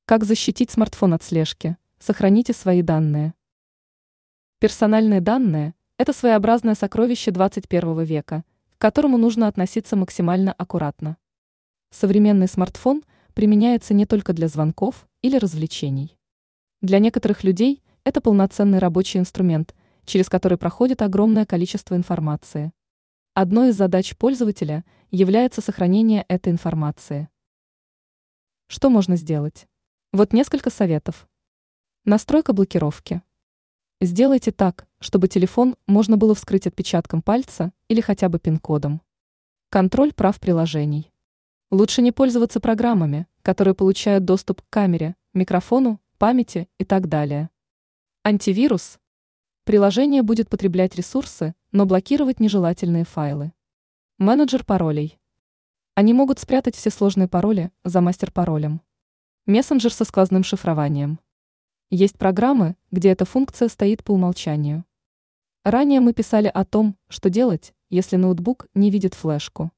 Как защитить смартфон от слежки? Сохраните свои данные. Персональные данные – это своеобразное сокровище 21 века, к которому нужно относиться максимально аккуратно. Современный смартфон применяется не только для звонков или развлечений. Для некоторых людей это полноценный рабочий инструмент, через который проходит огромное количество информации. Одной из задач пользователя является сохранение этой информации. Что можно сделать? Вот несколько советов. Настройка блокировки. Сделайте так, чтобы телефон можно было вскрыть отпечатком пальца или хотя бы пин-кодом. Контроль прав приложений. Лучше не пользоваться программами, которые получают доступ к камере, микрофону, памяти и так далее. Антивирус. Приложение будет потреблять ресурсы, но блокировать нежелательные файлы. Менеджер паролей. Они могут спрятать все сложные пароли за мастер-паролем. Мессенджер со сквозным шифрованием. Есть программы, где эта функция стоит по умолчанию. Ранее мы писали о том, что делать, если ноутбук не видит флешку.